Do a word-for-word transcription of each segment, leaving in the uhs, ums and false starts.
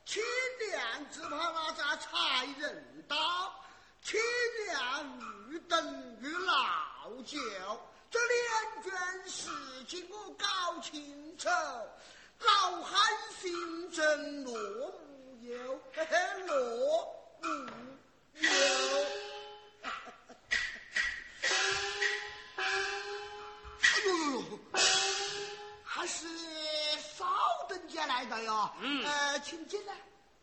亲娘只怕那家才人到，亲娘欲等于老酒，这两卷事情我搞清楚，老汉心中落无忧，嘿嘿，落无忧。哎呦呦呦，还是少等家来的哟。 嗯， 呃，请进来。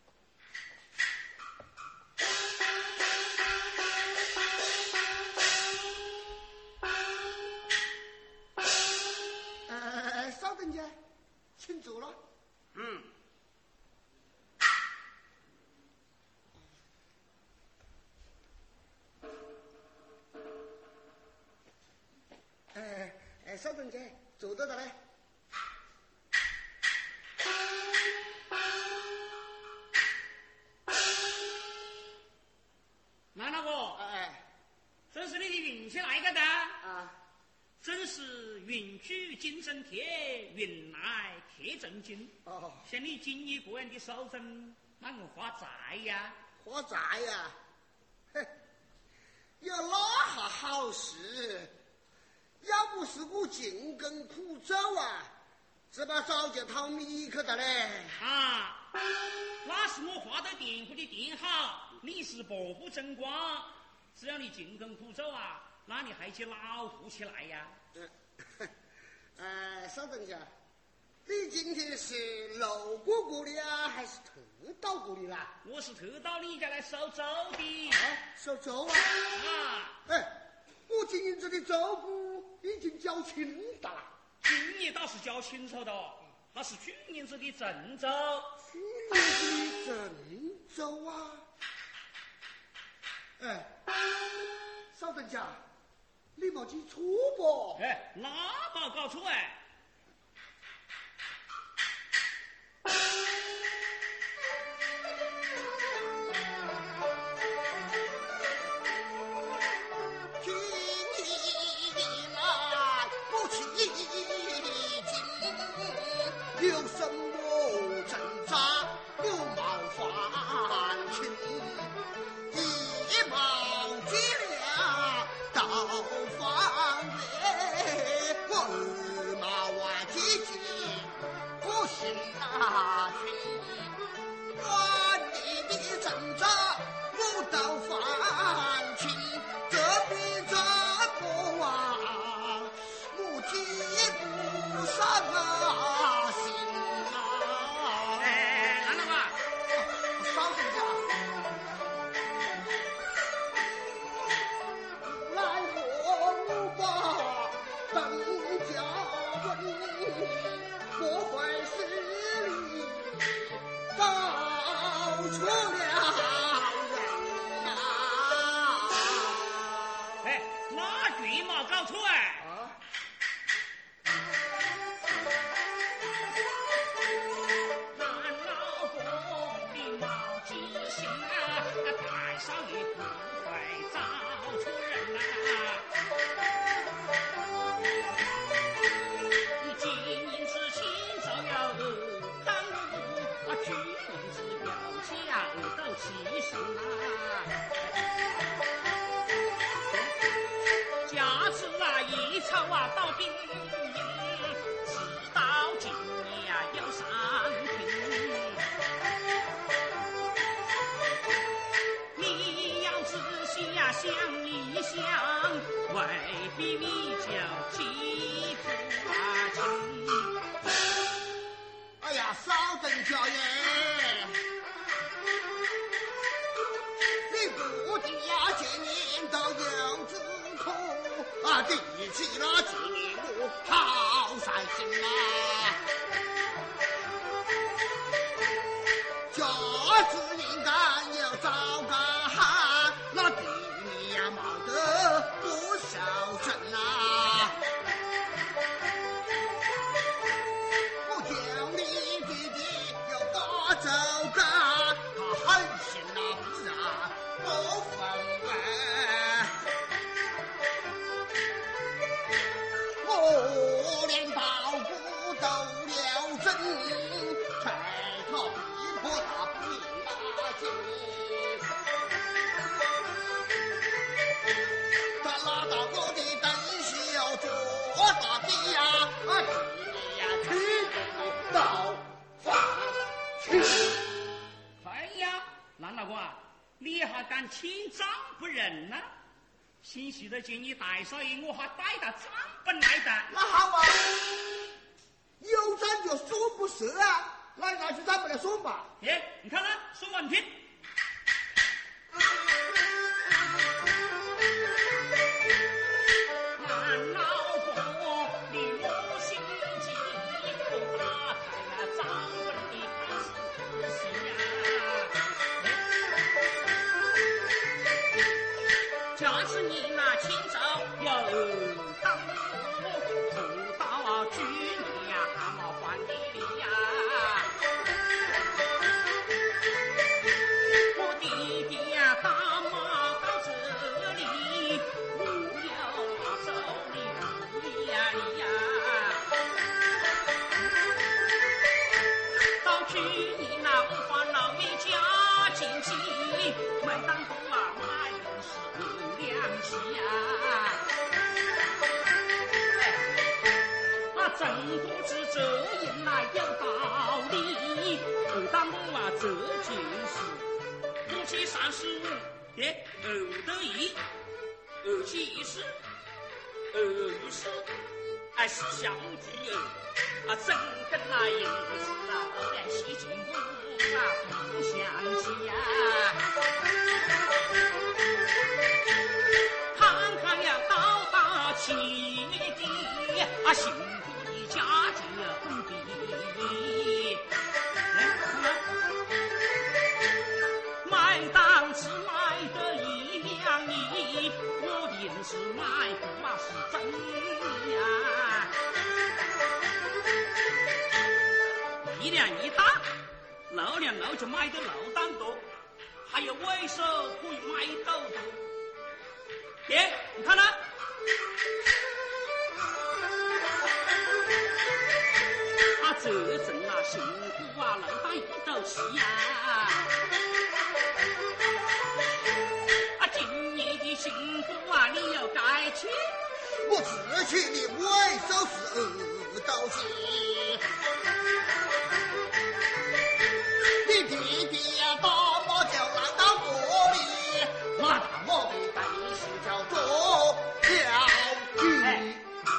呃，稍等家，请坐了。 嗯。 哎哎，稍等姐，坐得的嘞。 那那个， 哎， 这是你的运气来个的啊！ 真是云举金针贴，云来贴正经。 哦， 像你今一个人的手中，哪能发财呀？ 发财呀！嘿，有哪下好事？要不是我勤耕苦走啊，只怕早就讨米去的嘞。 啊，那是我画的店铺的店好，你是伯父争光。只要你勤耕苦走啊，那你还去老富起来呀？ 嗯，呃，稍等一下，你今天是路过过的啊，还是特到过的啦？ 我是特到你家来收粥的。 啊，收粥啊！ 啊， 哎，我经营这的粥铺已经交清的了。 今年倒是交清楚的，那是去年子的郑州。 去年的郑州啊！哎，稍等下，你没记错不？ 哎，那没搞错哎。 有什么挣扎，有冒犯情，一毛几两到方圆，二毛万几几，不行啊去，管你的挣扎，不到凡情，这比这不啊，目的不上啊。 到兵营，直到今夜有三平。你要仔细呀想一想，未必你就记不清。 哎呀，稍等家爷，你不的呀，今年都有自苦啊，比起了今年我好伤心啊！家子应该要照干，那弟你呀冇得不孝顺啊！我叫你弟弟要把照干，他狠心啊，不然我分外。我连包谷都了真，才他逼迫他官，你还敢请长不认呢？兴许得见你大少爷，我还带到账本来的。 那好啊，有账就说不是啊，来拿去账本来说吧。 哎，你看看，说吧，你听。俺老婆你我心急，我打开了账本的开始呀。假使你那清早有当我不到居里呀，蛤蟆还你里呀。我弟弟呀，大马到这里，我要马手里里呀里呀。到居里那无法老为家经济，每当冬啊买的是凉气呀。那真不知这言来有道理，而当我啊这就是夫妻三十五，耶，二得一，二七一十，二一十，哎是相聚啊，真跟那银子啊，连西进屋啊不相及呀。看看了高大气的啊，幸福的家境很比。买当时买的一两亿，我定是买不嘛是真呀。一两一大，六两六就买的六单多，还有尾手可以买豆多。耶，你看呢？啊，这阵啊辛苦啊，能打一斗气呀。啊，今年的幸福啊，你要该去。 我自去的尾手是二斗气，你弟弟呀，大马就来到这里，那大马的本姓叫做小玉。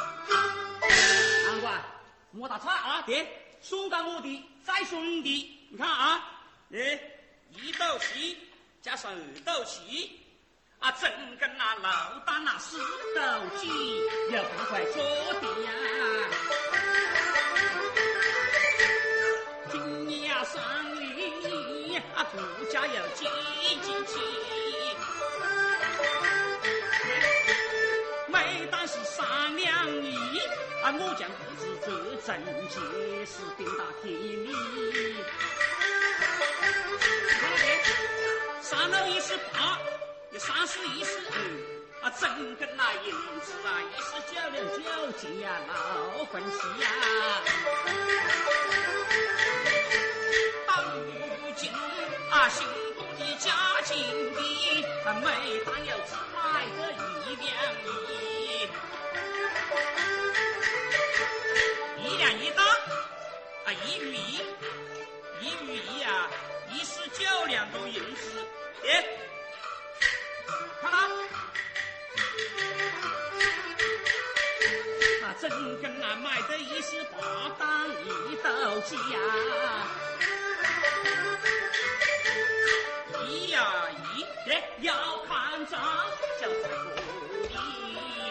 难怪莫打岔啊！爹，说到我的，再说你的，你看啊，哎，一斗气加上二斗气。啊，真跟那老大那四斗鸡也不会做的呀。今年啊三里啊，顾家有几斤气。每当是三两一啊，我将不知这阵节是兵打铁里。看到没？三楼一十八。三十一十二啊，真跟那银子啊，一十九两九斤呀，老分析呀。到如今啊，幸福的家境里，啊，每当有只买个一两一，一两一大啊，一余一，一余一啊，一十九两多银子，哎。看看，那真跟俺买的一十八当一斗鸡呀，一呀一，哎，要看账就在这里。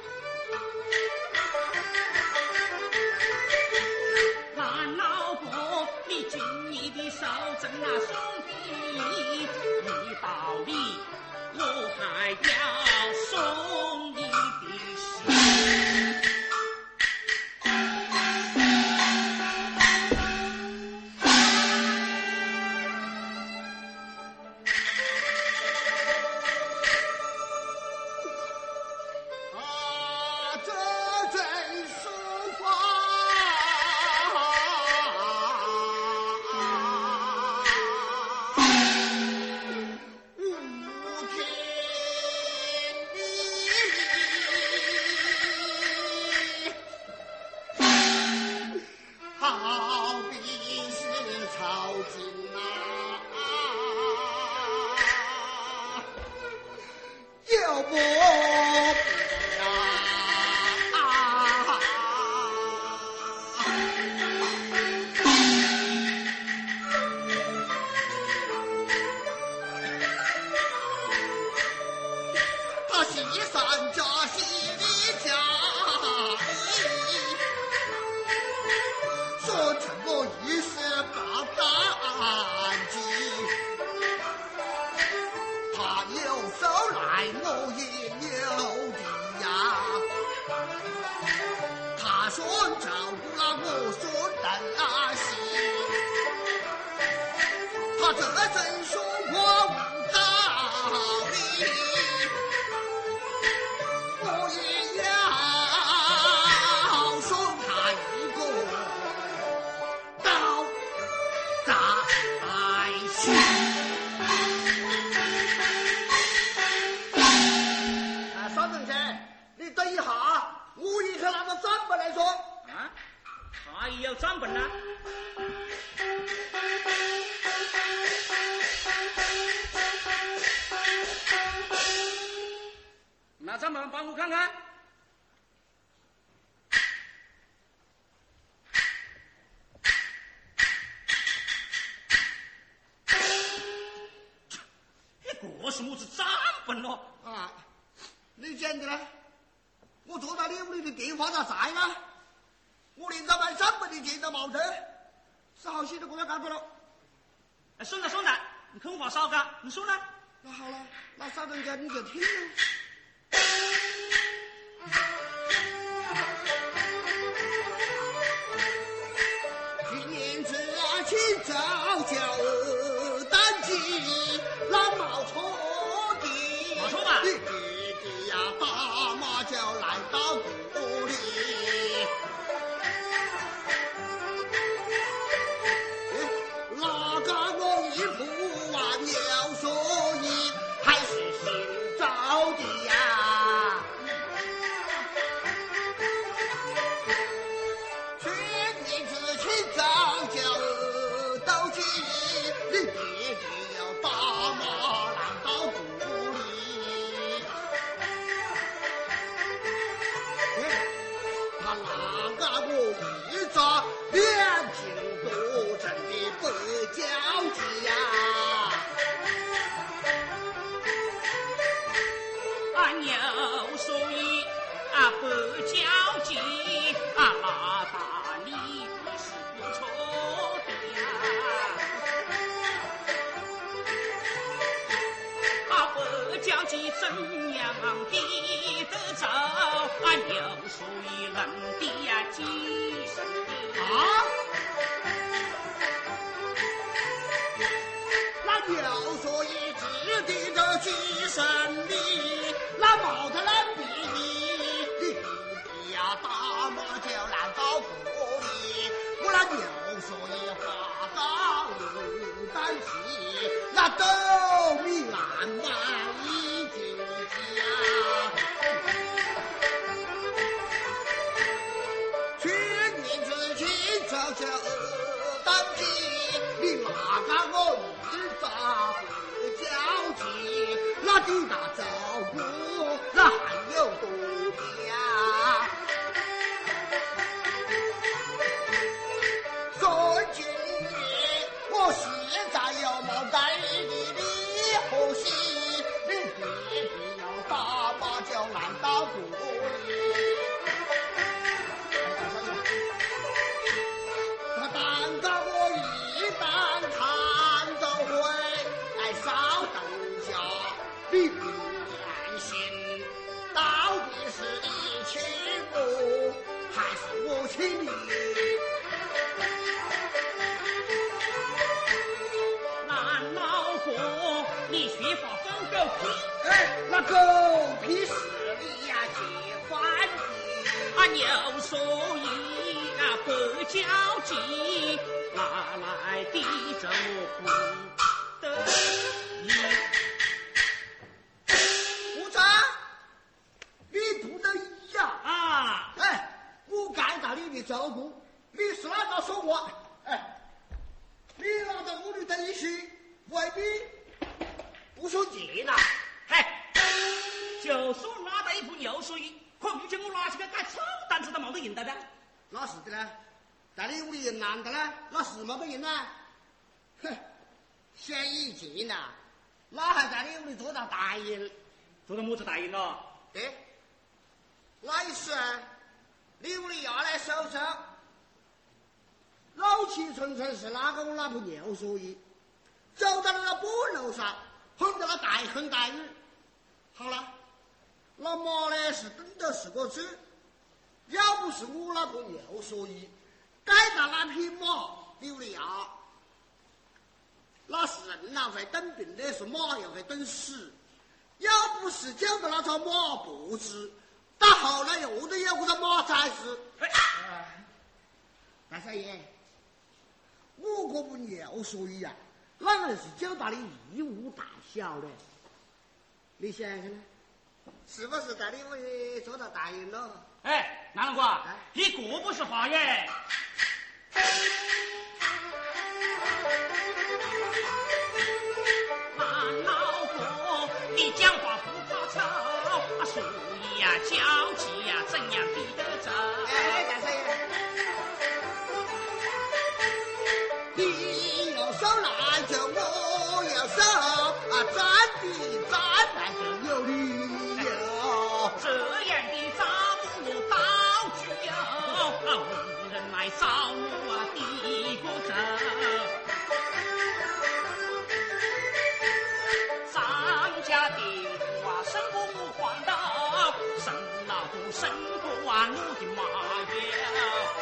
俺老婆，你尽你的手真啊送你一道理。我还要送你的信。 啊，这真是法。无天不得呀！啊！他西山家西的家义，说成我一时高胆机，他有手来我也有的呀。他说照顾了我孙儿媳，他这真说我无道理，我也要送他一个刀在心。啊，少正先，你等一下，我一看那个账本来说。 啊，他也有账本呐、拿账本帮我看看。这是么子账本咯？ 啊，你讲的呢？我坐到你屋里的电话咋在呢？我连着买账本的钱都冇得，只好写到过来干过了。 哎，算了算了，你空话少干，你说呢？ 那好了，那少人家你就听了。今年子啊，清早叫二单机，那冇错的， 冇错吧？ 你弟弟呀，打麻将来到谷里。那个我一副啊有所以，还是姓赵的呀。去年子清早叫二斗鸡，你爹爹要打马来到谷里。他那个我一早两斤多重的白椒鸡呀， 俺有所以啊，白椒鸡啊，拉大你是不错的呀。啊，白椒鸡怎样的得着？俺有所以能的呀，几声的啊，那有所以指的这几声里，那毛的难比你，你弟弟呀打麻将来到谷里，我那有所以花到五单起，那斗米难买一斤家。去年子去找叫二单机，你哪个我一扎不交集，那地大照顾，那还有多家。说今年我现在要冇带你的好戏，你爹爹要打麻将来到谷里。他蛋糕我一旦看到会，哎，稍等下，你变心，到底是你请我，还是我请你？ 俺老婆，你学法分狗屁， 哎，那狗屁是你呀，结欢的。 俺有所以啊，白椒鸡哪来的这不得已？ 吴长，你不能一样啊！ 哎，我该到你的照顾，你是哪个说话？哎，你拿到我的东西，未必不说钱呐。 嘿，就所以可遇见我拿起个改草单子都冇得赢的的。 那是的呢，在你屋里人难的呢，那是冇得赢呢。哼，现以前呐，哪还在你屋里做到大人？ 做到么子大人了？ 对，那一次啊，你屋里要来收收，老气沉沉是哪个我老婆牛所以走到那个半路上，碰到了大风大雨。好了，那马呢是等到是个字，要不是我老婆牛所以该到那匹马丢了牙，那是人呐会等病的，是马又会等死。要不是叫的那条马脖子，到后来又都有个马崽子。哎，大少爷，我可不牛所以啊，那人是叫打的一无大小的。你想想看，是不是在你屋里做到大人了？ 哎，南龙哥，哎、你这不是话耶？南老哥，你讲话不怕吵，所以呀、啊，交际呀、啊，怎样比得着？ 哎，大少爷，你有手来就我有手啊，站的站来就有理由。 这样的招我到处有，无人来找我啊，第个走。张家的话生不黄道，生老不生不啊，我的妈呀！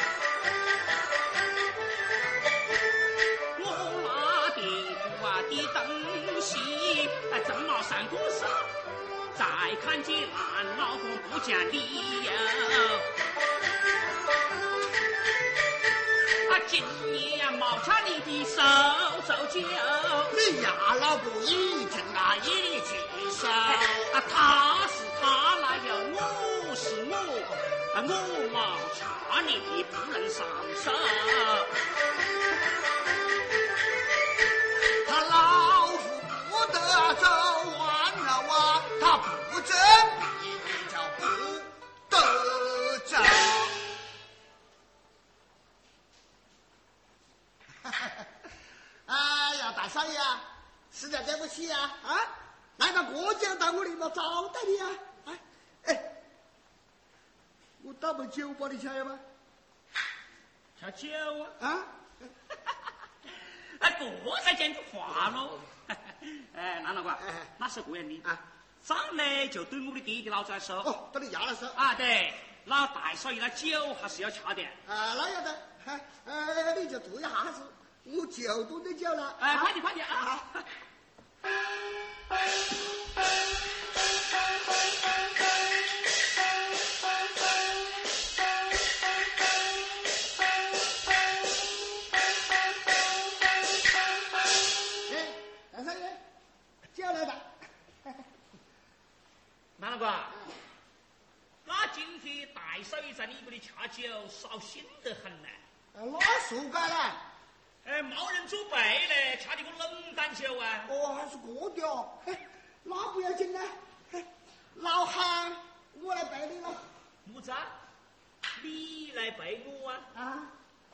我拿的话的东西，正冒三个手，再看见烂老公不讲理由。啊，今年冒差你的手手酒， 你呀老不一定啊一举手， 啊他是他那有我是我，啊我冒差你的不能上手。 他老夫不得走弯了弯，他不争比就不得走。哎呀，大少爷啊，实在对不起啊啊！来到过江到我里面招待你啊！哎哎，我倒杯酒把你吃了吗？ 吃酒啊？ 哎，这才讲句话喽！哎，南老官，那是这样的啊，账呢就对我的爹爹老子来收。 哦，对你家来收啊，对，老大少爷那酒还是要吃的。 啊，那要得，哎，呃，你就坐一下子。我就多的酒了， 哎，快点快点啊！ 哎，大少爷，酒来了。 南老官，那今天大少爷在你这里吃酒，扫兴得很呢。 那说该了。 哎，冇人做备嘞，吃的个冷淡酒啊！ 哦，还是过的哦，那不要紧啦。老汉，我来备你了。 么子啊？你来备我啊？ 啊？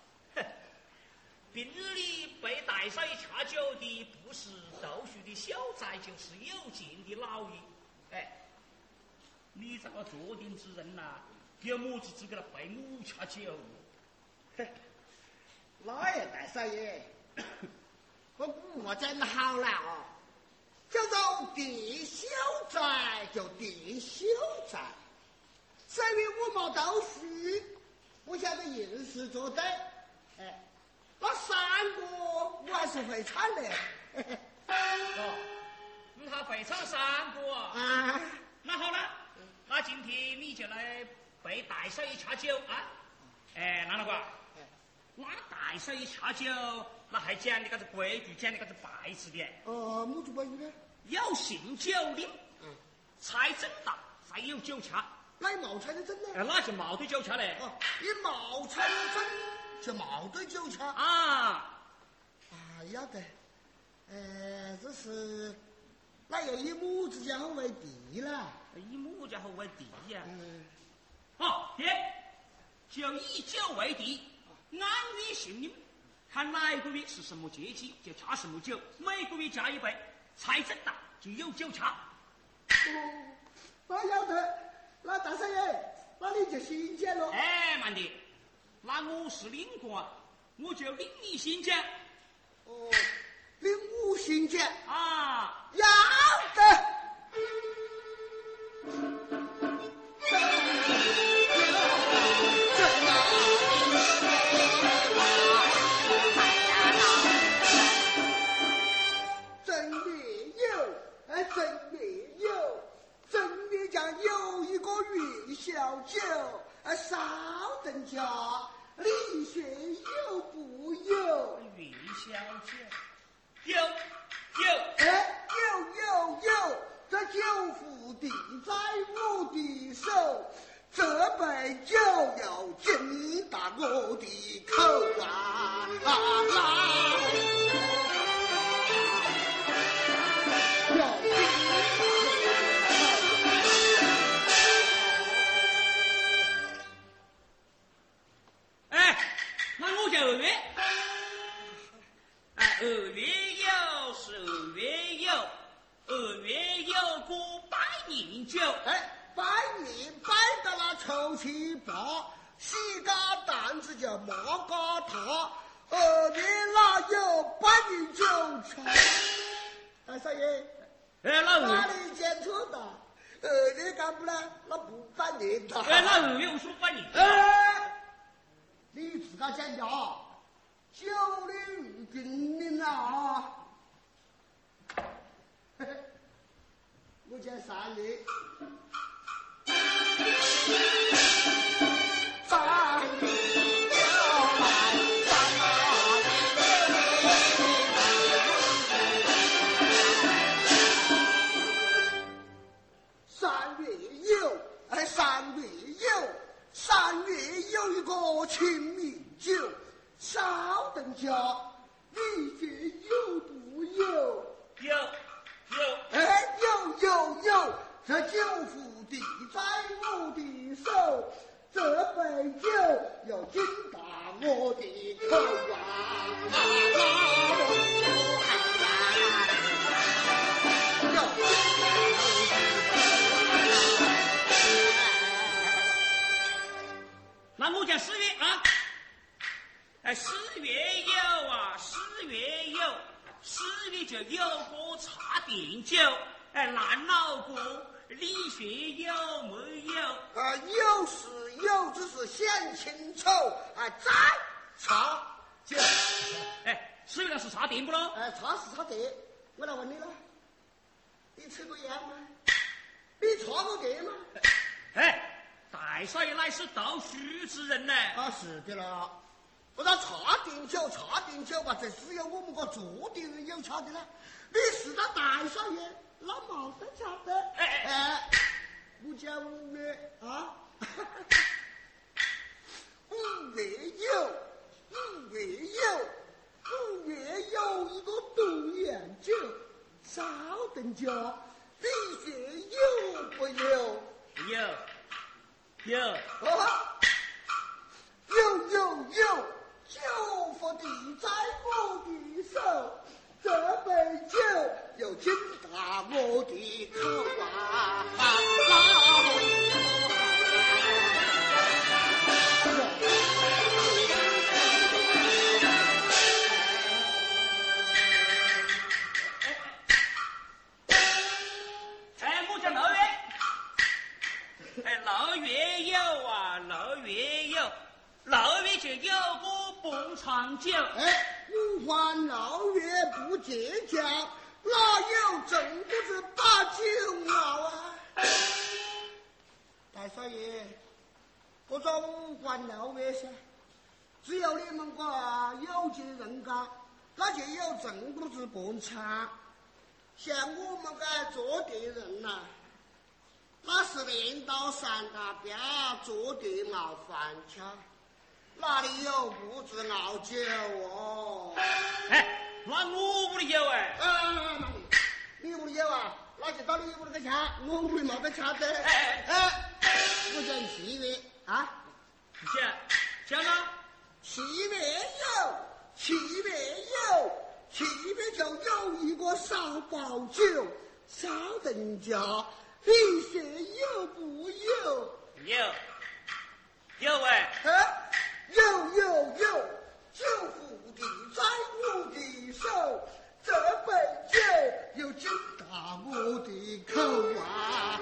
平日里备大少爷吃酒的不是读书的小宅，就是有钱的老爷。哎，你这个坐定之人呐、啊，有么子资格来备我吃酒？ 嘿。那也大少爷，我我真好了哦，叫做地小宅就地小宅，至于我冇读书，我晓得吟诗作对，哎，那山歌我还是会唱的。 哦，你还会唱山歌啊？ 啊， 那好了，那今天你就来陪大少爷吃酒啊？哎，南老官。那大少爷吃酒，那还讲的个是规矩，讲的个是白字的。 哦，么子规矩呢？ 有行酒令，嗯，才正道，才有酒吃。 那冇才能正呢？ 哎，那就冇对酒吃嘞。 哦，你冇才能正，就冇对酒吃。 啊， 啊，要得。呃，这是那有一亩子家伙为地了， 一亩家伙为地呀、啊。 嗯， 好，爹，就以酒为地，安于信你们。看哪一个月是什么节气，就掐什么酒，每个月加一杯，财政大就有酒掐。 哦，那要得，那大少爷，那你就新鲜了。 哎，慢点，那我是领官，我就领你新奖。 哦，领五新奖啊， 要得。小酒，少等家，李学有不有？ 元宵酒，有有， 哎，有有有，这酒府地在我的手，这杯酒要进到我的口啊！啊啊二月，哎，二月有是二月有，二月有个百年酒， 哎，百年摆到了抽七八，洗个担子就骂个他，二月哪有百年酒吃？哎，少爷， 哎，那哪里见错的？二月干不呢？那不百年的。 哎，那二月我说百年。 哎。你自个讲的啊，九里军民啊！嘿嘿，我讲三月，三月要来三月有，哎，三月有。三月有一个清明酒，少等家，你觉有不有？ 有有， 哎，有有有，这酒府地在我的手，这杯酒要进到我的口啊！ 那我讲十月啊，哎，十月有啊，十月有，十月就有个茶点酒，哎，烂老哥，李学有没有？ 啊，有是有，只是嫌清楚，哎，再茶酒。 哎，十月那是茶店不咯？ 哎，茶是茶店，我来问你了，你吃过烟吗？你插过电吗？ 哎。大少爷乃是读书之人呢。 啊，是的了。不然茶点酒，茶点酒吧，这只有我们个坐的人有茶的了。你是那大少爷，那冇得茶的。 哎哎哎，我讲五月啊，五月有，五月有，五月有一个独眼酒，少等家，你觉有不有？ 有。有啊，有有有，酒府地在我的手，这杯酒又进到我的口啊！ 哎，我叫老岳。哎，六月有啊，六月有，六月就有个蹦长酒。 哎，五环六月不结交，哪有正不是把酒熬啊？大少爷，这种五环六月噻，只有你们个有钱人家，那就有正不是蹦长。像我们个做店人呐、啊。那是练到三大标，坐地熬饭吃，哪里有不知熬酒哦？ 哎，那我屋里有哎。 啊， 你屋里有啊？那就到你屋里去掐，我屋里没得掐的。 哎哎，我讲七月啊， 讲讲啊， 七月有，七月有，七月就有一个烧包酒，烧人家，你说有不有？ 有有哎， 啊，有有有，酒壶的在我的手，这杯酒又敬大我的口啊！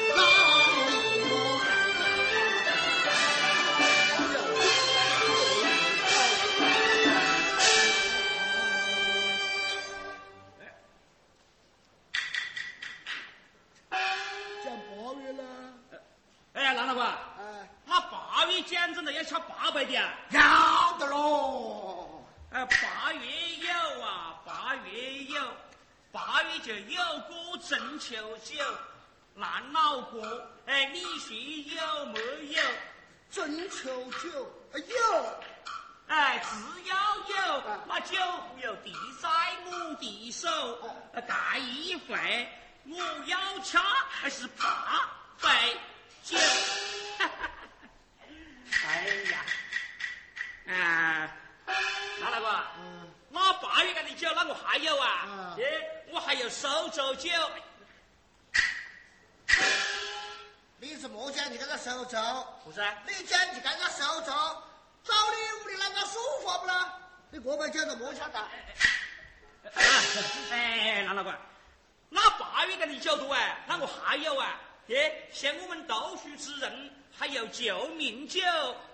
讲八月了， 哎，郎大官， 哎， 那八月讲真的要吃八百的啊？ 要的喽！ 哎，八月有啊，八月有，八月就有个中秋酒，烂老歌。哎，你说有没有？ 中秋酒有， 哎，只要有，那酒壶又递在我的手，呃盖一回，我要吃还是八杯酒？哎呀，啊，那大哥， 嗯， 那八月份的酒，那我还有啊嗯， 耶，我还有苏州酒。 你是莫讲你跟他收走， 不是啊？ 你讲你跟他收走，找你屋里那个舒服不啦？你过杯酒都莫晓得。 啊，哎，那老板，那八月份的酒多啊，那我还有啊，耶，像我们读书之人，还有救命酒。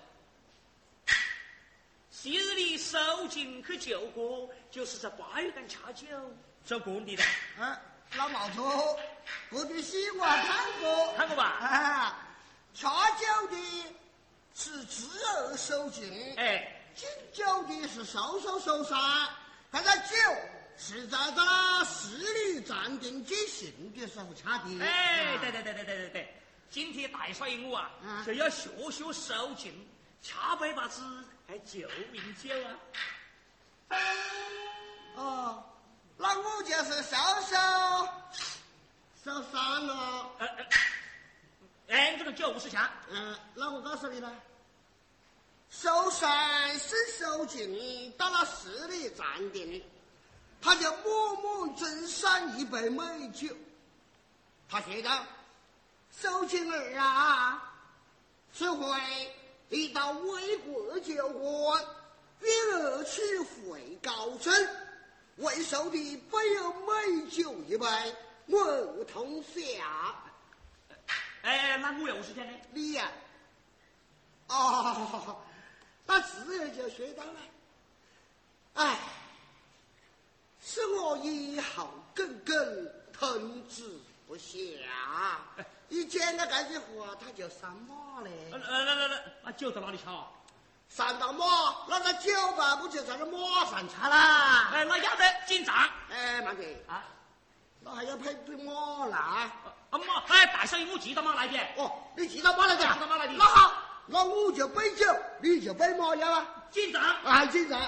昔日里收进去救过，就是在八月份恰酒走过的的。 嗯，老毛头，这对戏我还看过， 看过吧？ 啊，恰酒的是侄儿收进， 哎， 敬酒的是收收收山，看在酒是在这那市里暂定进行的时候恰的。 哎，对对对对对对对，今天大帅我啊， 嗯就要学学收进，恰杯把子还救命酒啊。 哦，那我就是收收收山了。 呃呃，哎，这个酒不是枪。 嗯，那我告诉你了，收山是收进到了市里暂定，他就默默斟上一杯美酒。他写道：“收进儿啊，此回一到为国救国，与儿去会高升，为受的不有美酒一杯，我同享。” 哎，那我又是讲的。 你呀、啊，哦，那自然就学到了。哎，是我以后耿耿吞之不下。一讲了这句话，他就上马了。 呃呃，那那那那酒在哪里吃？ 上到马，那个酒吧不就在那马上吃啦？ 哎，那要得进账。 哎，慢点啊， 那还要配对马啦。 啊妈，哎，大少爷，我记到马来的。 哦，你记到马来的？ 记到马来的。 那好，那我就背酒，你就背马，要啊？ 进账。 啊，进账。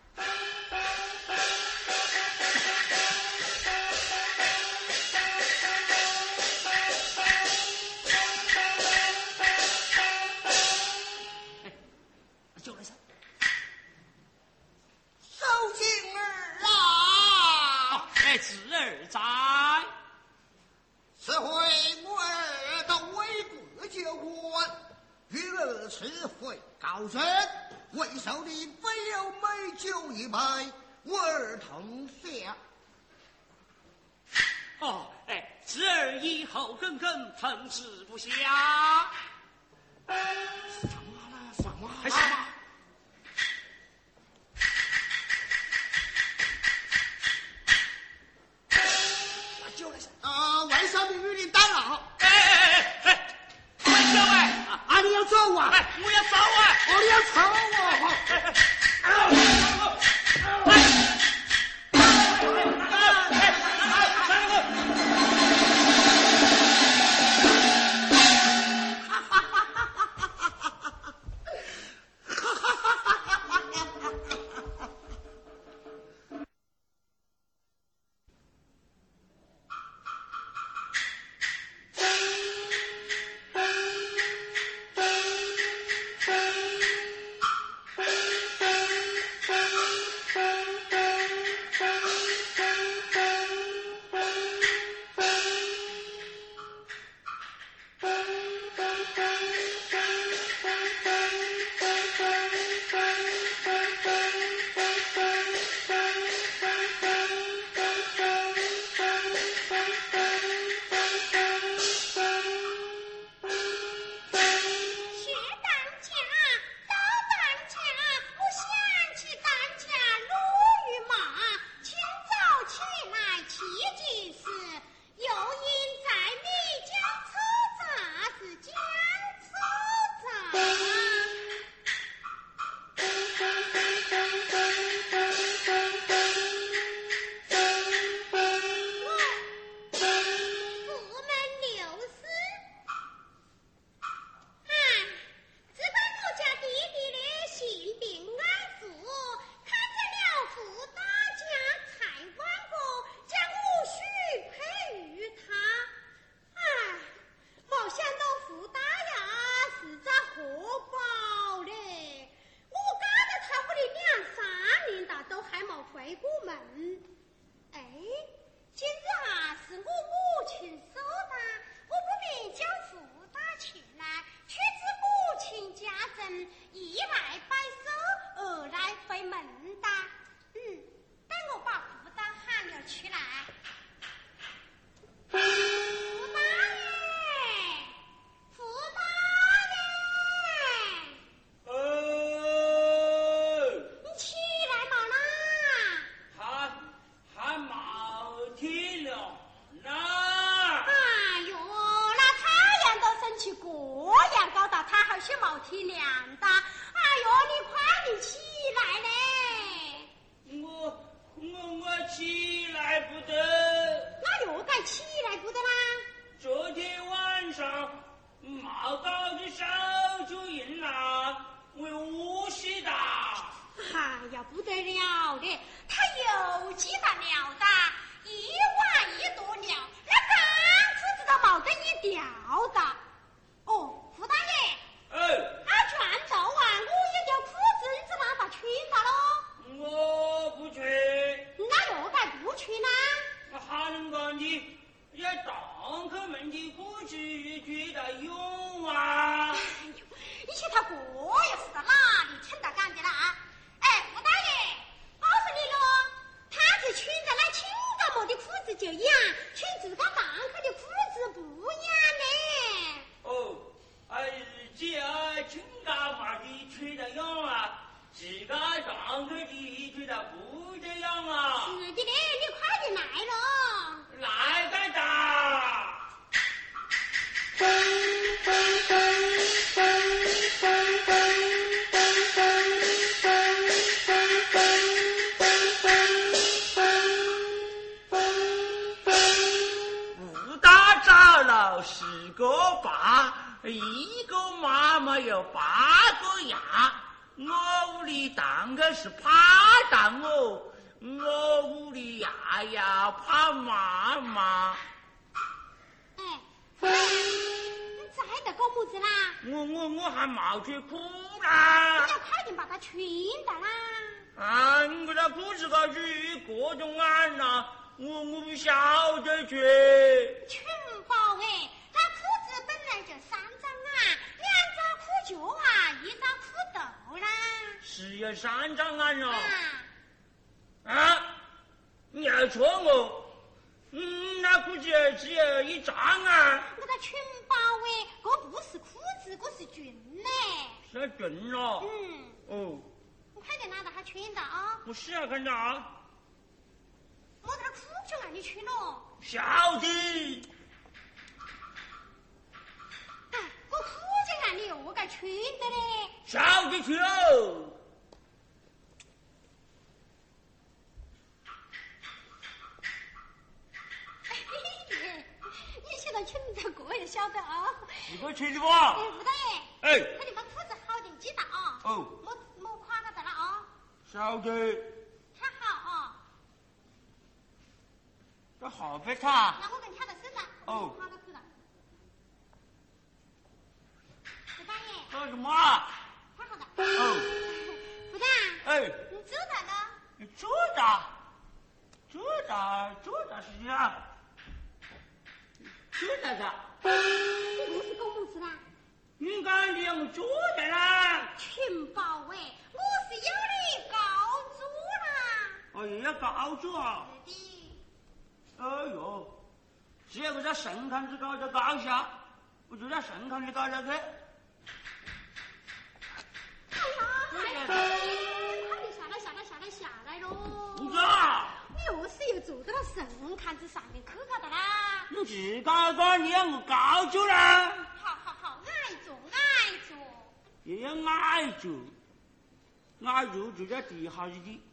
就来噻。 收进儿啊！ 哎，侄儿在。 此回我儿到为国救国，与儿赐会高升，为受的不有美酒一杯，我儿同享。 哦，哎，侄儿以后耿耿吞之不下。 上马了，上马了， 还上马。 那就来噻。啊，外少的与你打扰。 哎哎哎哎，快走哎！ 啊，你要走啊？ 哎，我要走啊！ 哦，你要走啊？ 哎哎哎！ 些毛体凉的。哎呦，你快点起来嘞！ 我我我起来不得。 那又该起来不得啦？ 昨天晚上毛高的手就硬了，为无锡的。 哎呀，不得了的，他又鸡蛋了的，一碗一多了，那干裤子都冇得一条的。哦，胡大爷， 哎， 那全走啊，我有条裤子，你只拿把穿的咯。 我不穿。 那又该不穿啦？ 喊个你要当客门的裤子穿得用啊！ 哎呦，以前他哥也是在哪里撑得干的啦啊！哎，胡大爷，告诉你咯，他就穿着那亲家么的裤子就痒，穿自个当客的裤子不痒呢。 哦，哎，这亲家嘛的穿得用啊，自个当客的穿得不这样啊！ 是的嘞，你快点来咯！ 来个哒！武大找了十个爸，一个妈妈有八个牙。我屋里当个是怕当我，我屋里牙牙怕妈妈。 哎，夫人，你在的搞么子啦？ 我我我还没穿裤啦！ 你要快点把它穿的啦！ 啊，我这裤子高去各种暗呐，我我不晓得穿。 全宝哎，那裤子本来就三张啊，两张裤脚啊，一张裤兜啦。 是有三张暗了。 啊， 啊，你要戳我？嗯，那裤子只有一张啊。 我的全宝哎，这不是裤子，这是裙嘞。 是裙了。 嗯。 哦。 你快点拿到它穿的啊！ 不是啊，看着啊。 我这裤就让你穿了。 晓得。 哎，我裤就让你又该穿的嘞。 晓得去喽。 你现在穿这个也晓得啊？ 是个穿的不？ 哎，吴大爷。 哎。 快点把裤子好点系到啊！ 哦。 莫莫垮到的了啊！ 晓得。 穿好啊！ 这好不差。 那我跟你跳到身上。 哦。 垮到裤了。吴大爷。 干什么啊？ 穿好的。 哦。 吴大。 哎。 你坐着呢？ 你坐着。坐着，坐着是这样。坐着的。 你不是搞么子啦？ 你敢让我坐着啦？ 全宝哎，我是要你高坐啦。 哦，也要高坐啊？ 是的。 哎呦，只要我在神龛子高着高下，我就在神龛子高着去。 哎呀，快点下来，下来，下来，下来喽！ 你坐。 你又是又坐到了神龛子上面去了的啦？ 你自个个你让我高坐啦？ 好好好，挨坐挨坐。 也要挨坐，挨坐就在地下一点。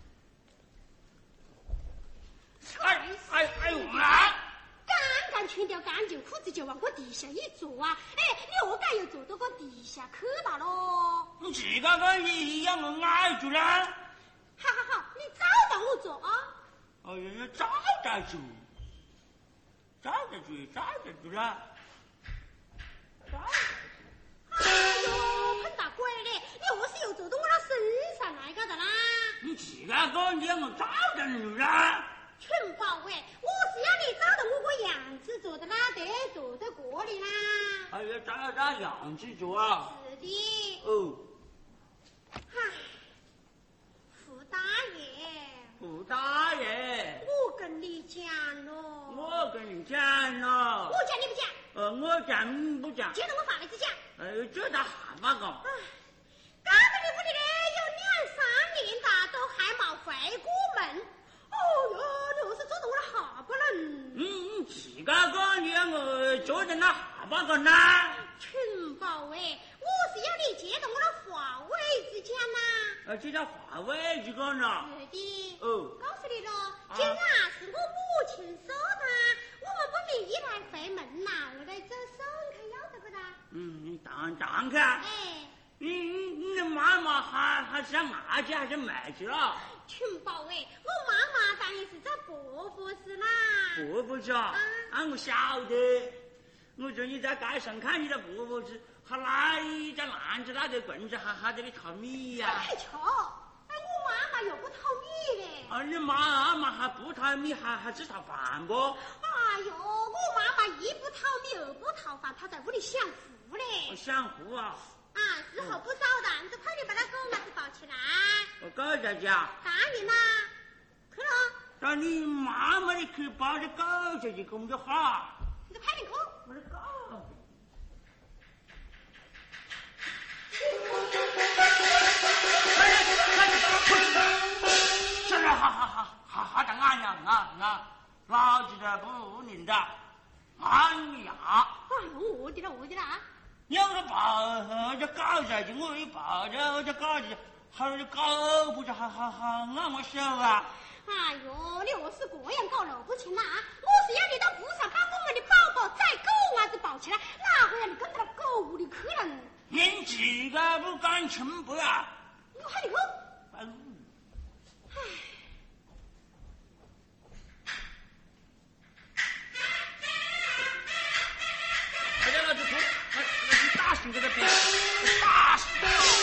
哎哎哎呦啊！ 刚刚穿掉干旧裤子就往我地下一坐啊！哎，你又该又坐到个地下去了喽？ 你自个个你让我挨坐啦？ 好好好，你找到我坐啊！ 哎呀，要找着坐，找着坐，找着坐啦。 哎呦，碰到鬼嘞！你又是又坐到我那身上来个的啦？ 你自个个你让我找着坐啦？ 全宝哎，我是要你找到我个样子坐的啦，得坐在这里啦。 哎呀，找找样子坐啊！ 是的。 哦。 唉，傅大爷。 傅大爷。 我跟你讲咯。 我跟你讲咯。 我讲你不讲？ 呃，我讲你不讲？ 接着我法律子讲。 哎呦，这大蛤蟆个。 唉，刚到你屋里呢有两三年了，都还没回过门。哦哟，你又是坐到我的下巴人。 嗯，自个个你让我坐在那下巴个呢？ 群宝哎，我是要你接到我的话尾之间呐。 啊，这叫话尾这个呢？ 对的。 哦。 告诉你了，既然是我母亲说的，我们不明一来回门呐，二来走手看要得不啦？ 嗯，你当当看。 哎。 你你你的妈妈还还是阿姐还是妹去了？ 群宝哎，我妈妈当然是找伯伯是啦。 伯伯去啊？啊，我晓得。我昨天在街上看见的伯伯是，还拿一张篮子，拿着棍子，还还在那淘米呀。 哎瞧，哎，我妈妈又不淘米嘞。 啊，你妈妈还不淘米，还还只淘饭不？ 哎呦，我妈妈一不淘米，二不淘饭，她在屋里享福嘞。 享福啊！ 啊，时候不早的，你就快点把那狗娃子抱起来。 我狗在家。 当然啦，去了。 那你妈妈你去抱着狗下去工作好。 你就快点去。 我的狗。是啊，好好好好好的俺呀啊啊！老子的不领的，俺呀。 哎呦，我的了，我的了啊！ 你要是抱着狗下去，我一抱着这狗子，还有这狗不是还还还按我手啊？ 哎呦，你又是这样搞了不清啦！我是要你到铺上把我们的宝宝崽狗娃子抱起来，哪会让你跟到狗屋里去了呢？ 连这个不敢轻不呀？ 我喊你去。 哎。哎呀，老子哭！哎，你打死这个病，打死！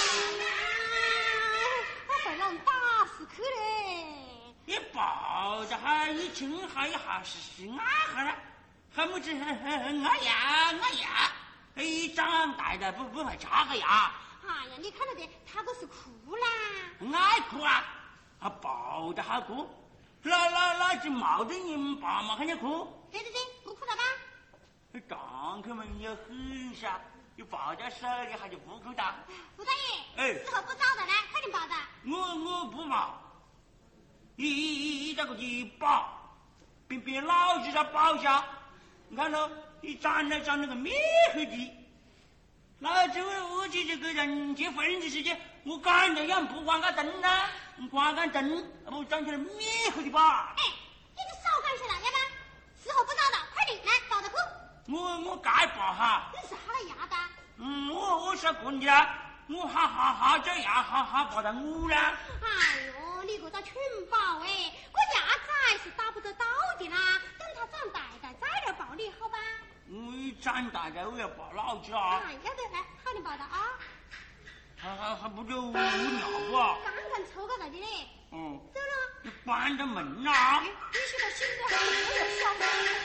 我被人打死去嘞！ 你抱着还一亲还一下是是俺哈了，还没这俺呀俺呀，一长大的不不还加个呀？ 哎呀，你看到的，他可是哭啦！ 爱哭啊！还抱着还哭，那那那就冇得你们爸妈喊你哭？ 对对对，不哭了吧？ 张开门也很傻，你抱在手里还就不哭的。 胡大爷， 哎， 时候不早的呢，快点抱的。 我我不抱，你你这个去抱，别别老子在抱下。你看到你长得长那个灭黑的，老子我我去这个人结婚的时间，我赶着要不关个灯呢，关个灯，不长起来灭黑的吧？ 哎，你就少干些了，要不然时候不早的，快点来抱着哭。 我我该抱哈。 你是哈了牙的？ 嗯，我我是滚的，我哈哈哈这牙哈哈抱到我了。 哎呦，你个个群宝哎，我牙崽是打不得到的啦，等他长大的再来抱你好吧？ 我一长大了我要抱老子啊！ 哎，要得来，好你抱的啊！ 还还还不就无聊不？ 刚刚抽个来的嘞。 嗯。 走了。 你关着门呐！ 你现在心里还是没有想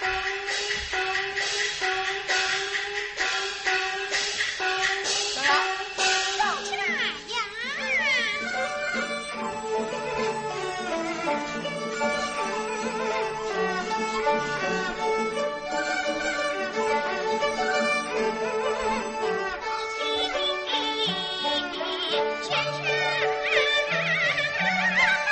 对呀。 走起来呀！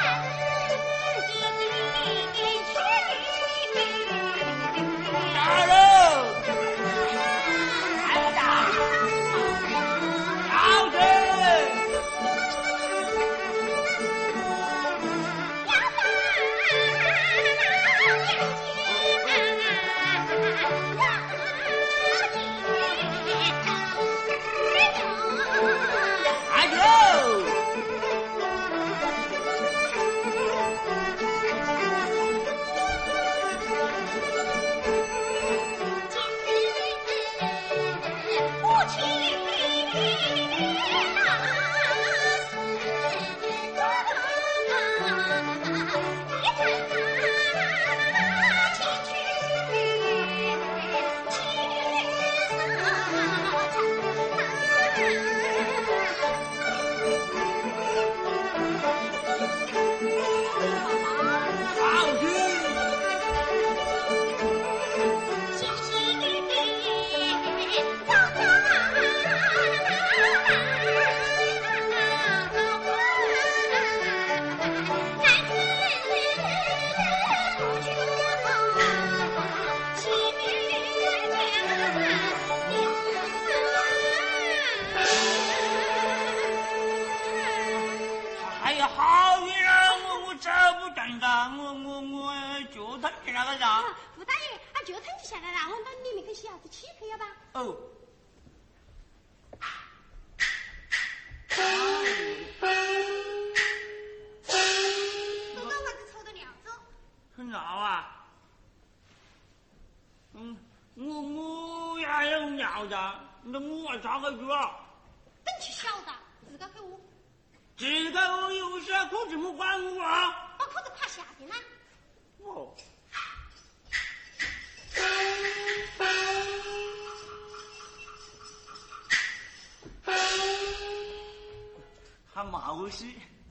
大人。 那个啥？ 胡大爷，啊，就等你下来了，我到里面去洗下子气去要吧？ 哦。 都搞娃子抽的尿子。 很闹啊。嗯，我我也有尿的，那我咋个去啊？ 等去晓得，自个给我。 自个我有啥裤子没还我啊？ 把裤子胯下的呢？ 哦。还冒死。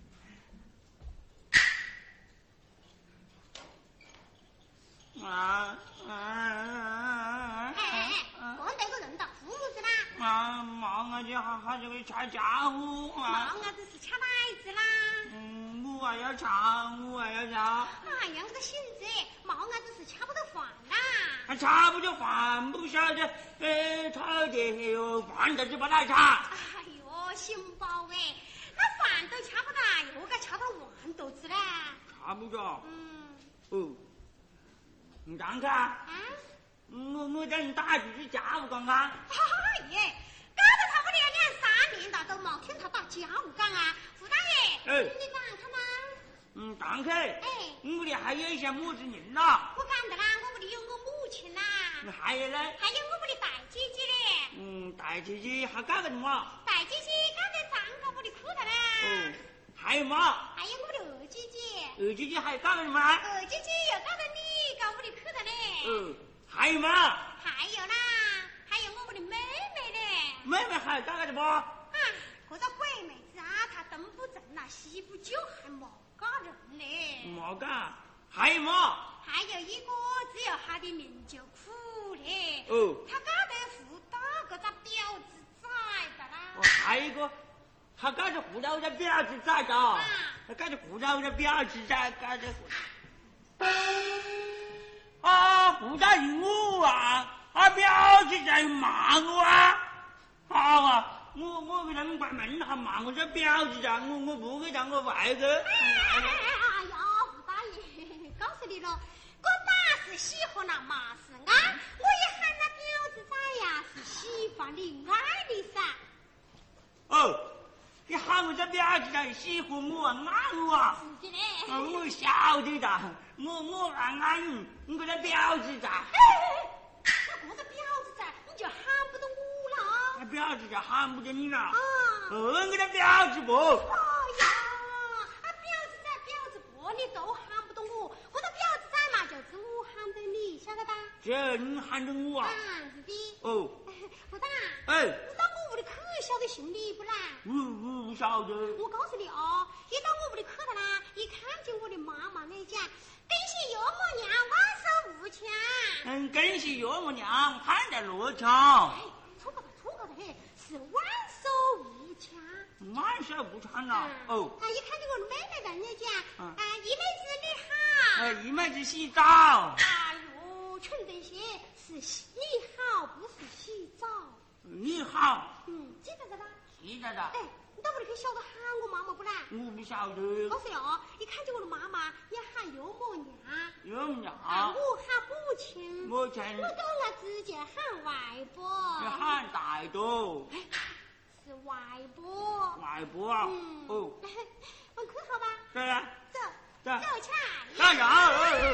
啊啊啊！ 哎哎哎，光那个人的父母子啦。 啊，毛伢子还还是个掐家伙啊！ 毛伢子是掐奶子啦。 嗯，我还要掐，我还要掐。 哎呀，我个醒子，毛伢子是掐不得饭啦。 还掐不得饭，不晓得，呃，他的哟，饭都是把他掐。 哎呦，行宝哎，那饭都掐不得，又该掐到碗肚子嘞。 掐不着。 嗯。 哦。你看看。 啊。 我我在你打几只家务刚刚。 哎耶，搞得他们连两三年了都没听他打家务干啊，胡大爷。 哎。 你讲看嘛。 嗯，当去。 哎。 我屋里还有一些么子人啦。 不敢的啦，我屋里有我母亲啦。 还有呢？ 还有我屋里大姐姐嘞。 嗯，大姐姐还干个什么？ 大姐姐干得脏个屋里裤头嘞。 哦。还有嘛？ 还有我的二姐姐。 二姐姐还干个什么？ 二姐姐又搞得你搞屋里裤头嘞。 嗯。还有嘛？ 还有啦，还有我们的妹妹嘞。 妹妹还干个什么？ 啊，这个鬼妹子啊，她蹬不正啦，洗不久，还没嫁人嘞。 没干。还有嘛？ 还有一个，只有她的命就苦嘞。 哦。 她搞得胡大个个婊子崽的啦。 哦，还有一个，他搞着胡大个婊子崽的。啊。他搞着胡大个婊子崽，搞着。啊，不答应我啊！啊，婊子在骂我啊！好啊，我我给他们关门，还骂我这婊子崽，我我不会让我外个。 哎哎哎呀，胡大爷，告诉你了，我打是喜欢那骂是爱，我也喊那婊子崽呀，是喜欢你爱你噻。 哦，你喊我这婊子崽喜欢我爱我啊？ 是的嘞。 我晓得的，我我爱爱你，你个这婊子崽。 那个婊子崽，你就喊不得我了。 那婊子崽喊不得你了。 啊。 哦，我这婊子不。 哎呀，啊婊子崽婊子不，你都喊不得我，我这婊子崽嘛，就是我喊得你，晓得吧？ 这你喊着我啊？ 啊，是的。 哦。 胡大。 哎。 你到我屋里去，晓得姓李不啦？ 我我不晓得。 我告诉你哦，一到我屋里去了啦，一看见我的妈妈来讲，恭喜岳母娘万寿无疆。 嗯，恭喜岳母娘盼着落墙。 哎，错个的错个的嘿，是万寿无疆。 万寿无疆了。 嗯、 哦。 啊，一看见我的妹妹在那讲， 嗯、 啊，姨妹子你好。 哎，姨妹子洗澡。 哎呦，蠢这些是你好，不是洗澡。 你好。 嗯，记得的吧？ 记得的。 哎，你到屋里去晓得喊我妈妈不啦？ 我不晓得。 告诉你哦，一看见我的妈妈，要喊岳母娘。 岳母娘。 啊，我喊母亲。 母亲。 我到了直接喊外婆。 要喊大多。 哎，是外婆。 外婆啊。 嗯。 哦。 我去好吧？ 对呀。 走。 走。 走起来。 干啥？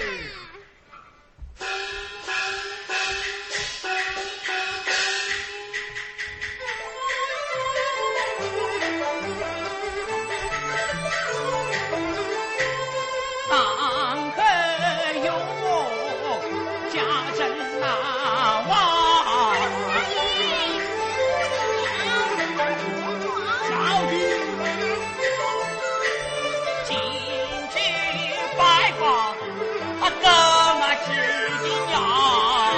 当可有我家珍难忘，小弟进去拜访，啊哥们吃的呀。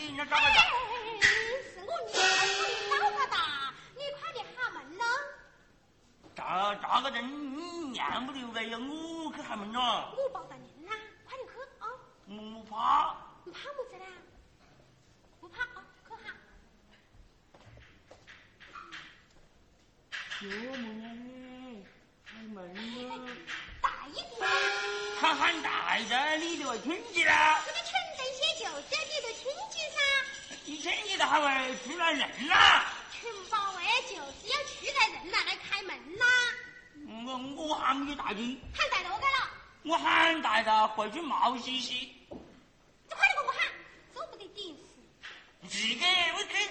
你那找不着？ 是我娘把你找不到，你快点喊门咯。 这这个人你娘不留个呀？我去喊门了。 我报答您啦，快点去啊！ 我我怕。 你怕么子啦？不怕啊，去喊。 有么呢？开门了。 大一点。 他喊大一点，你就听见了。 我的纯正些酒这你都听见噻。 以前你都还会出来人啦。 全保卫就是要出来人了来开门啦。 我我喊不大的。 喊大了该了。 我喊大的回去冒兮兮。 这快点给我喊，做不得点事。 自己我去。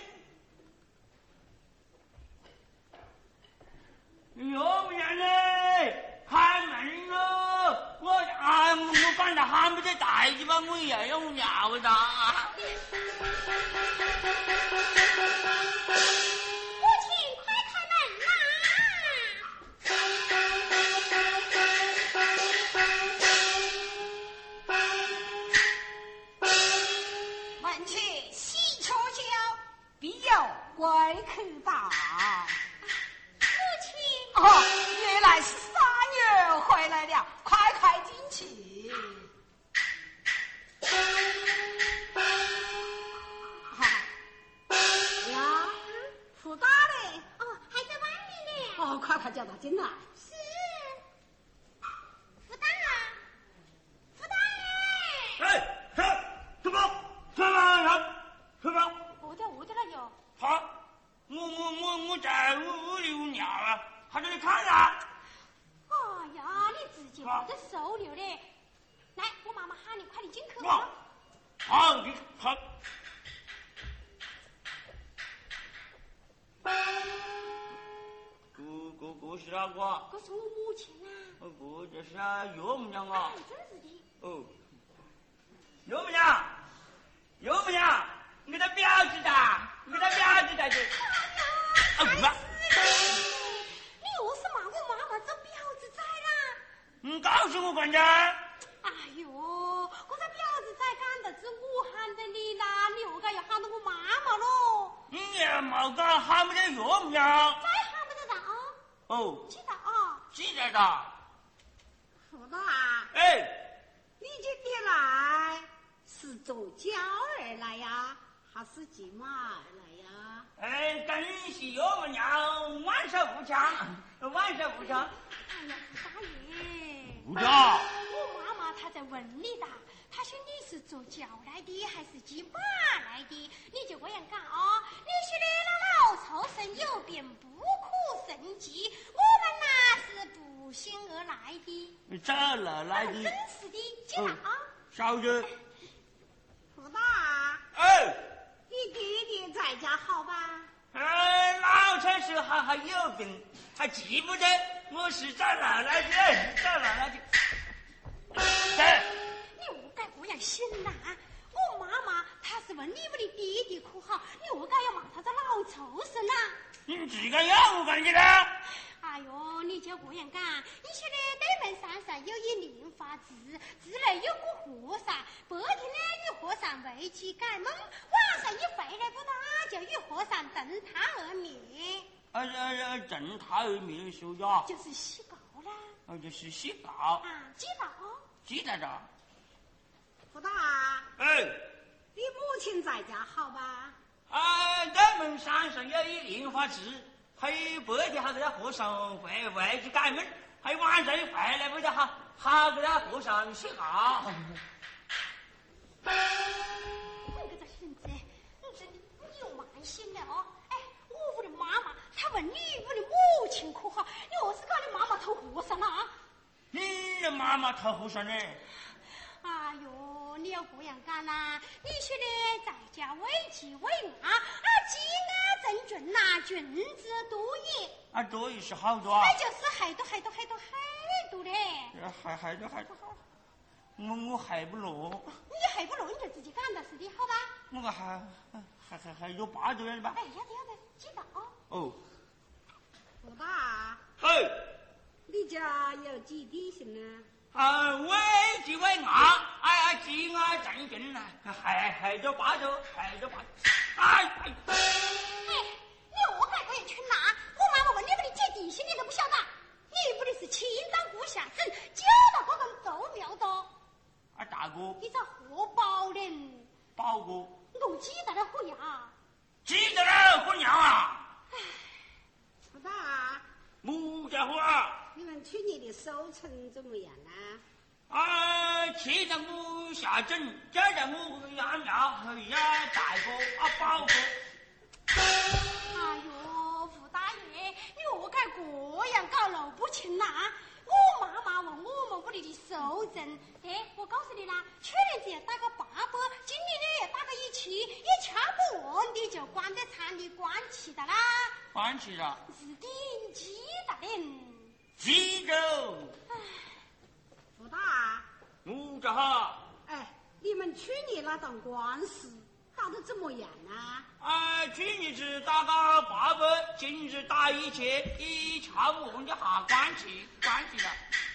有人嘞，开门咯！我啊，我刚才喊不得大的吧，我也要尿的。 母亲，快开门啦！门前喜出酒，必有贵客到。哦，原来是三爷回来了，快快进去。呀，福大嘞？ 哦，还在外面呢。 哦，快快叫他进来。 是，福大，福大耶！哎，什什么？什么？什么？ 饿的饿的了哟。 好，我我我我在屋里有尿了。他这里看啊！ 哎呀，你自己没得收留嘞！来，我妈妈喊你，快点进去。 好，好，你好。这这这是哪个？ 这是我母亲啊。 哦，这是啊，岳母娘啊。 哎，真是的。 哦，岳母娘，岳母娘，你的表子的，你的表子在这。 哎呀，哎你又是骂我妈妈这婊子仔啦？ 你告诉我关键。 哎呦，我这婊子仔干的是我喊的你啦，你又该要喊到我妈妈喽。 你也没敢喊不得岳母娘。 再喊不得的啊。 哦。 记得啊。 记得的。 福大。 哎。 你今天来是做娇儿来呀，还是骑马儿来呀？ 哎，真是岳母娘万寿无疆，万寿无疆。 哎呀，大爷， 不叫。 我妈妈她在问你的，她说你是做轿来的还是骑马来的？你就这样讲啊！你说的那老畜生有病不可胜计，我们呐是步行而来的。 走了来的。 真是的，记得啊。 小子。 福大。 哎。 你爹爹在家好吧？ 哎，老陈是还还有病，还记不得我是在哪来的，在哪来的。哎， 你何该这样想呐？我妈妈她是问你们的爹爹可好，你何该要骂他这老畜生呐？ 你自个要我干的呢？ 哎呦，你就这样讲，你说的北门山上有一莲花寺，寺内有个和尚，白天呢与和尚为其改梦，晚上一回来不大就与和尚登他而灭。 啊啊啊！正他而灭说呀， 就是洗告啦。 啊，就是洗告。 啊，记得哦。 记得着。 福大。 哎。 你母亲在家好吧？ 啊，北门山上有一莲花寺。还有白天还给他和尚回回去改门，还有晚上一回来不得哈，还给他和尚洗告。 你个这孙子，你真的你有慢心了哦！哎，我屋的妈妈她问你屋的母亲可好，你何是搞你妈妈投和尚了啊？ 你的妈妈投和尚呢？ 哎呦，你要这样干呐？你说的在家为妻为爱，啊，积安正俊呐，君子多也。 啊，多也是好多啊。 那就是还多还多还多还多嘞。 还还多还多好。我我还不落。 你还不落，你就自己干的是的，好吧？ 我个还还还还有八多了吧？ 哎，要得要得，记得哦。 哦。 福大。 哎。 你家有几弟兄呢？ 啊，为几位啊，哎呀，几啊正经呐，还还着把着，还着把，哎哎。 哎，你何解可以去拿？我妈妈问你不的接地气，你都不晓得。你不的是青当顾下省，教到个人都庙的。 啊，大哥， 你这活宝人， 宝哥， 我记得了虎牙， 记得了姑娘啊。 哎， 老大， 木家伙啊。 你们去年的收成怎么样啊？ 啊，去年我下整，这年我养苗也大哥啊宝哥。 哎呦，胡大爷，你何解这样搞路不清呐？我妈妈问我们屋里的收成，哎，我告诉你啦，去年子也打个八百，今年呢也打个一七，也掐不完的就关在厂里关起的啦。 关起了。 是顶级的人。 记着。 胡大， 木家伙。 哎，你们去年那档官司打得怎么样啊？ 啊，去年是打个八百，今日打一千，一掐不完的下关起，关起了。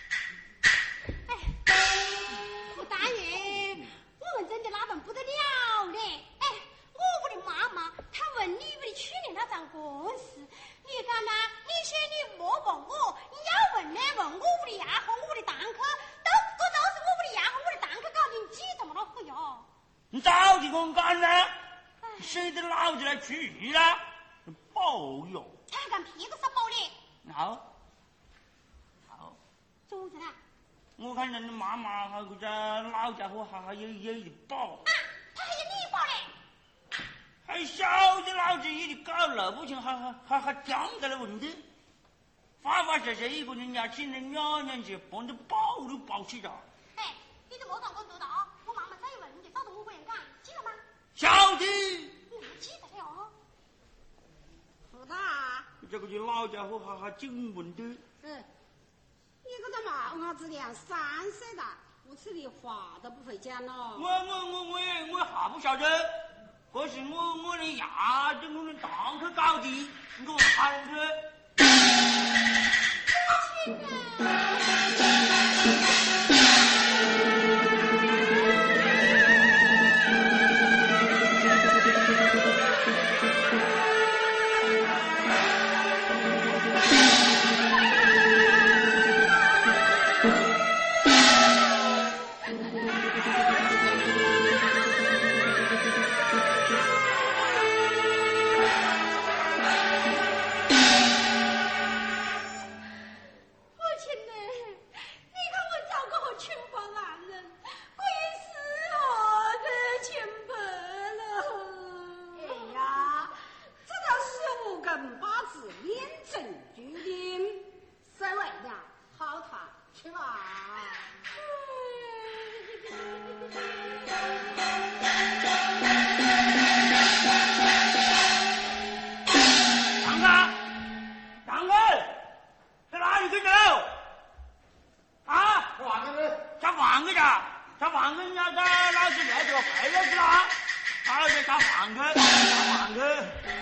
哎，胡大爷，我们真的那本不得了嘞！哎，我屋的妈妈，她问你屋的去年那场官司，你看呐，你说你莫问我，你要问呢问我屋的丫鬟，我屋的堂客，都这都是我屋的丫鬟，我的堂客搞的，你记怎么了虎哟？ 你早点跟我干呢？谁的老子来去了？包哟！ 看看屁股是包的。 好，好。 做着呢。 我看人家妈妈还这个老家伙还还有有一包。 啊，他还有你包嘞？ 还晓得老子一的搞路不行，还还还还讲个了问题。发发实实一个人家请人娘娘去，帮着包都包起着。 哎，你都莫讲我做到啊！我妈妈再一问，你就照着我个人干，记得吗？ 晓得。 你还记得了哦？ 胡大， 这个就老家伙还还紧问的。 嗯，你这个毛伢子两三岁了，我这里话都不会讲了。 我我我我也我还不晓得，可是我我的牙子我的堂客搞的，我喊他。 亲啊！ 他房子人家在老子来这个坏了是啦，他在他房子，他房子。